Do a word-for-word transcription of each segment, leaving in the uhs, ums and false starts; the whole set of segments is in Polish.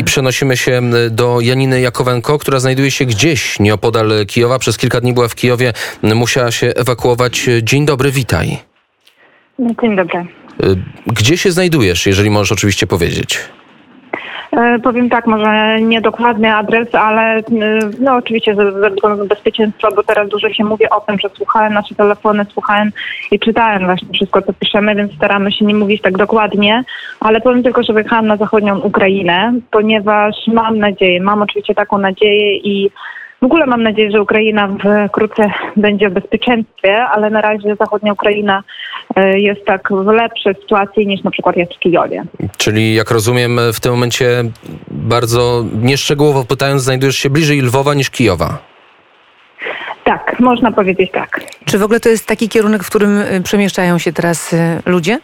I przenosimy się do Janiny Jakowenko, która znajduje się gdzieś nieopodal Kijowa. Przez kilka dni była w Kijowie, musiała się ewakuować. Dzień dobry, witaj. Dzień dobry. Gdzie się znajdujesz, jeżeli możesz oczywiście powiedzieć? E, powiem tak, może niedokładny adres, ale no oczywiście ze względu na bezpieczeństwo, bo teraz dużo się mówi o tym, że słuchałem nasze telefony, słuchałem i czytałem właśnie wszystko, co piszemy, więc staramy się nie mówić tak dokładnie, ale powiem tylko, że wyjechałam na zachodnią Ukrainę, ponieważ mam nadzieję, mam oczywiście taką nadzieję i w ogóle mam nadzieję, że Ukraina wkrótce będzie w bezpieczeństwie, ale na razie zachodnia Ukraina jest tak w lepszej sytuacji niż na przykład jest w Kijowie. Czyli jak rozumiem, w tym momencie bardzo nieszczegółowo pytając, znajdujesz się bliżej Lwowa niż Kijowa. Tak, można powiedzieć tak. Czy w ogóle to jest taki kierunek, w którym przemieszczają się teraz ludzie?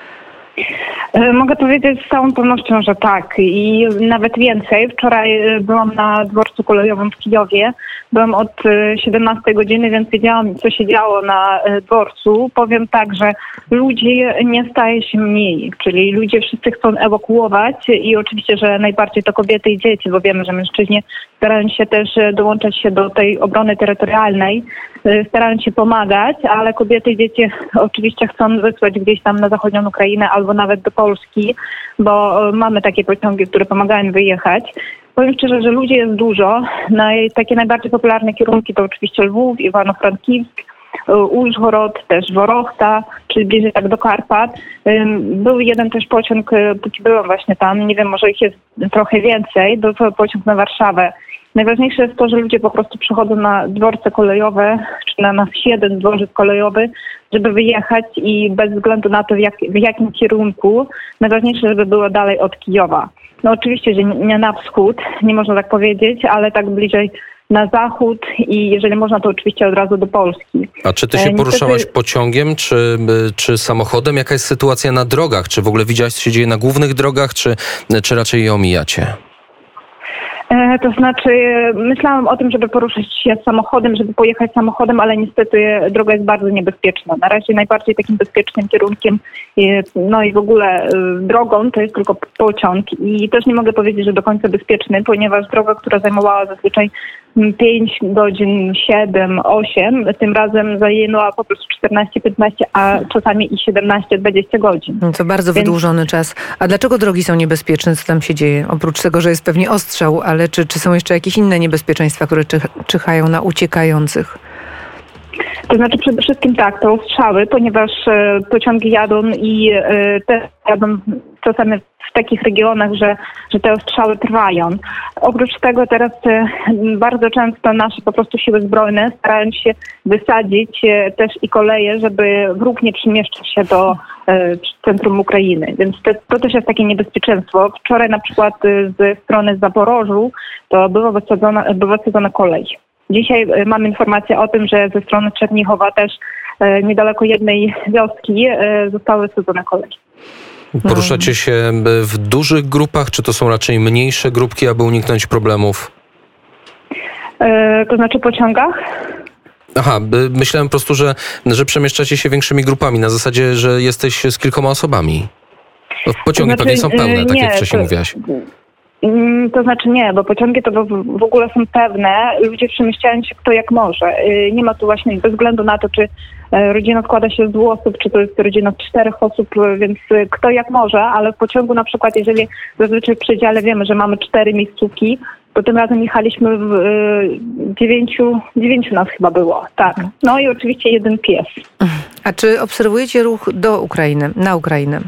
Mogę powiedzieć z całą pewnością, że tak i nawet więcej. Wczoraj byłam na dworcu kolejowym w Kijowie. Byłam od siedemnastej godziny, więc wiedziałam, co się działo na dworcu. Powiem tak, że ludzi nie staje się mniej, czyli ludzie wszyscy chcą ewakuować i oczywiście, że najbardziej to kobiety i dzieci, bo wiemy, że mężczyźni starają się też dołączać się do tej obrony terytorialnej, starają się pomagać, ale kobiety i dzieci oczywiście chcą wysłać gdzieś tam na zachodnią Ukrainę albo nawet do Polski, bo mamy takie pociągi, które pomagają wyjechać. Powiem szczerze, że ludzi jest dużo. Naj, takie najbardziej popularne kierunki to oczywiście Lwów, Iwano-Frankivsk, Użhorod, też Worochta, czyli bliżej tak do Karpat. Był jeden też pociąg, póki byłam właśnie tam, nie wiem, może ich jest trochę więcej, był to pociąg na Warszawę. Najważniejsze jest to, że ludzie po prostu przychodzą na dworce kolejowe, czy na nasz jeden dworzec kolejowy, żeby wyjechać i bez względu na to, w, jak, w jakim kierunku, najważniejsze, żeby było dalej od Kijowa. No oczywiście, że nie na wschód, nie można tak powiedzieć, ale tak bliżej na zachód i jeżeli można, to oczywiście od razu do Polski. A czy ty się poruszałaś Niestety... pociągiem, czy, czy samochodem? Jaka jest sytuacja na drogach? Czy w ogóle widziałaś, co się dzieje na głównych drogach, czy, czy raczej je omijacie? To znaczy, myślałam o tym, żeby poruszyć się samochodem, żeby pojechać samochodem, ale niestety droga jest bardzo niebezpieczna. Na razie najbardziej takim bezpiecznym kierunkiem, no i w ogóle drogą, to jest tylko pociąg. I też nie mogę powiedzieć, że do końca bezpieczny, ponieważ droga, która zajmowała zazwyczaj pięć godzin, siedem, osiem, tym razem zajęła po prostu czternaście, piętnaście, a czasami i siedemnaście, dwadzieścia godzin. To bardzo Więc... wydłużony czas. A dlaczego drogi są niebezpieczne? Co tam się dzieje? Oprócz tego, że jest pewnie ostrzał, ale czy, czy są jeszcze jakieś inne niebezpieczeństwa, które czyhają na uciekających? To znaczy przede wszystkim tak, to ostrzały, ponieważ e, pociągi jadą i e, te jadą czasami w takich regionach, że, że te ostrzały trwają. Oprócz tego teraz e, bardzo często nasze po prostu siły zbrojne starają się wysadzić e, też i koleje, żeby wróg nie przemieszczał się do e, centrum Ukrainy. Więc te, to też jest takie niebezpieczeństwo. Wczoraj na przykład e, ze strony Zaporożu to była wysadzona, była wysadzona kolej. Dzisiaj mamy informację o tym, że ze strony Czernichowa też e, niedaleko jednej wioski e, zostały wysadzone kolej. Poruszacie się w dużych grupach, czy to są raczej mniejsze grupki, aby uniknąć problemów? E, to znaczy w pociągach? Aha, myślałem po prostu, że, że przemieszczacie się większymi grupami, na zasadzie, że jesteś z kilkoma osobami. No, pociągi to znaczy, pewnie są pełne, tak nie, jak wcześniej to... mówiłaś. To znaczy nie, bo pociągi to w ogóle są pewne, ludzie przemieszczają się kto jak może. Nie ma tu właśnie bez względu na to, czy rodzina składa się z dwóch osób, czy to jest rodzina z czterech osób, więc kto jak może, ale w pociągu na przykład, jeżeli zazwyczaj w przedziale wiemy, że mamy cztery miejscówki, to tym razem jechaliśmy w dziewięciu, dziewięciu nas chyba było, tak. No i oczywiście jeden pies. A czy obserwujecie ruch do Ukrainy, na Ukrainę?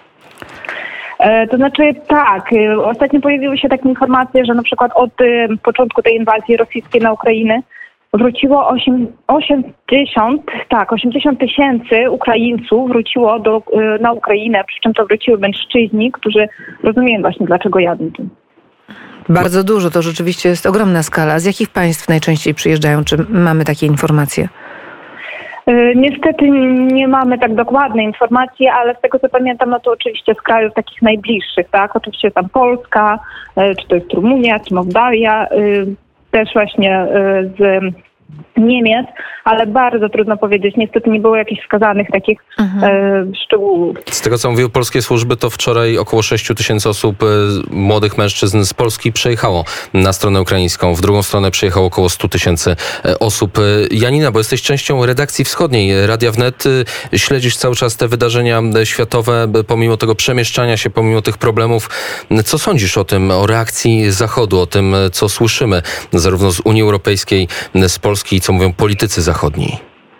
To znaczy tak, ostatnio pojawiły się takie informacje, że na przykład od początku tej inwazji rosyjskiej na Ukrainę wróciło osiemdziesiąt, tak, osiemdziesiąt tysięcy Ukraińców wróciło do, na Ukrainę, przy czym to wróciły mężczyźni, którzy rozumieją właśnie dlaczego jadą tu. Bardzo dużo, to rzeczywiście jest ogromna skala. Z jakich państw najczęściej przyjeżdżają? Czy mamy takie informacje? Niestety nie mamy tak dokładnej informacji, ale z tego co pamiętam, no to oczywiście z krajów takich najbliższych, tak? Oczywiście tam Polska, czy to jest Rumunia, czy Mołdawia, też właśnie z Niemiec, ale bardzo trudno powiedzieć. Niestety nie było jakichś wskazanych takich mhm. e, szczegółów. Z tego, co mówiły polskie służby, to wczoraj około sześć tysięcy osób, e, młodych mężczyzn z Polski przejechało na stronę ukraińską. W drugą stronę przyjechało około sto tysięcy osób. E, Janina, bo jesteś częścią redakcji wschodniej Radia Wnet, e, śledzisz cały czas te wydarzenia światowe, pomimo tego przemieszczania się, pomimo tych problemów. Co sądzisz o tym, o reakcji Zachodu, o tym, co słyszymy zarówno z Unii Europejskiej, z Polski, co mówią politycy zachodni?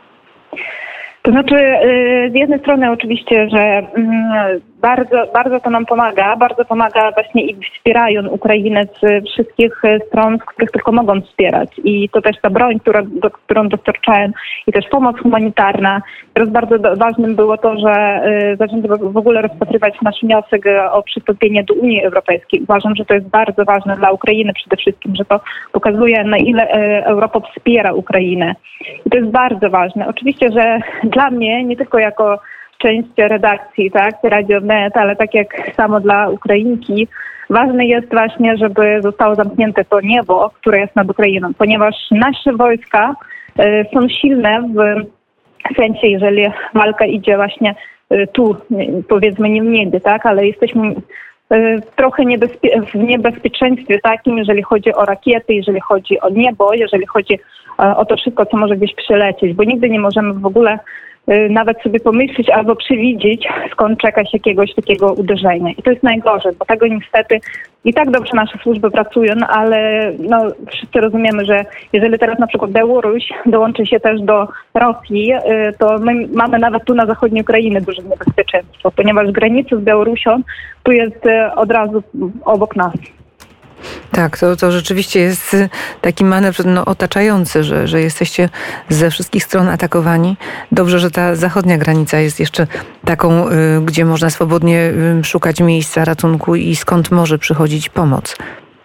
To znaczy, z jednej strony oczywiście, że bardzo, bardzo to nam pomaga, bardzo pomaga właśnie i wspierają Ukrainę z wszystkich stron, z których tylko mogą wspierać. I to też ta broń, która, do, którą dostarczają, i też pomoc humanitarna. Teraz bardzo do, ważnym było to, że y, zaczęto w ogóle rozpatrywać nasz wniosek o przystąpienie do Unii Europejskiej. Uważam, że to jest bardzo ważne dla Ukrainy przede wszystkim, że to pokazuje, na ile y, Europa wspiera Ukrainę. I to jest bardzo ważne. Oczywiście, że dla mnie, nie tylko jako część redakcji, tak, Radio Wnet, ale tak jak samo dla Ukrainki, ważne jest właśnie, żeby zostało zamknięte to niebo, które jest nad Ukrainą, ponieważ nasze wojska y, są silne w sensie, jeżeli walka idzie właśnie y, tu, powiedzmy nie w niebie, tak, ale jesteśmy y, trochę niebezpie- w niebezpieczeństwie takim, jeżeli chodzi o rakiety, jeżeli chodzi o niebo, jeżeli chodzi y, o to wszystko, co może gdzieś przylecieć, bo nigdy nie możemy w ogóle nawet sobie pomyśleć albo przewidzieć, skąd czekać jakiegoś takiego uderzenia. I to jest najgorzej, bo tego niestety i tak dobrze nasze służby pracują, ale no, wszyscy rozumiemy, że jeżeli teraz na przykład Białoruś dołączy się też do Rosji, to my mamy nawet tu na zachodniej Ukrainie duże niebezpieczeństwo, ponieważ granica z Białorusią tu jest od razu obok nas. Tak, to, to rzeczywiście jest taki manewr no, otaczający, że, że jesteście ze wszystkich stron atakowani. Dobrze, że ta zachodnia granica jest jeszcze taką, y, gdzie można swobodnie y, szukać miejsca ratunku i skąd może przychodzić pomoc.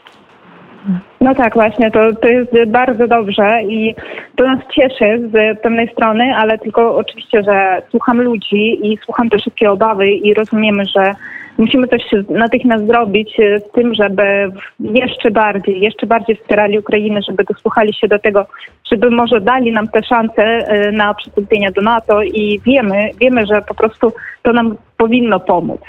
No tak, właśnie, to, to jest bardzo dobrze i to nas cieszy z pewnej strony, ale tylko oczywiście, że słucham ludzi i słucham te wszystkie obawy i rozumiemy, że musimy coś natychmiast zrobić z tym, żeby jeszcze bardziej, jeszcze bardziej wspierali Ukrainę, żeby dosłuchali się do tego, żeby może dali nam te szanse na przystąpienie do NATO i wiemy, wiemy, że po prostu to nam powinno pomóc.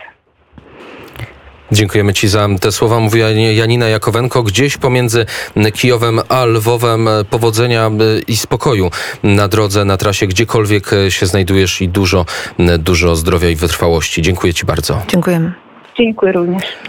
Dziękujemy Ci za te słowa. Mówiła Janina Jakowenko. Gdzieś pomiędzy Kijowem a Lwowem powodzenia i spokoju na drodze, na trasie, gdziekolwiek się znajdujesz i dużo, dużo zdrowia i wytrwałości. Dziękuję Ci bardzo. Dziękujemy. Dziękuję również.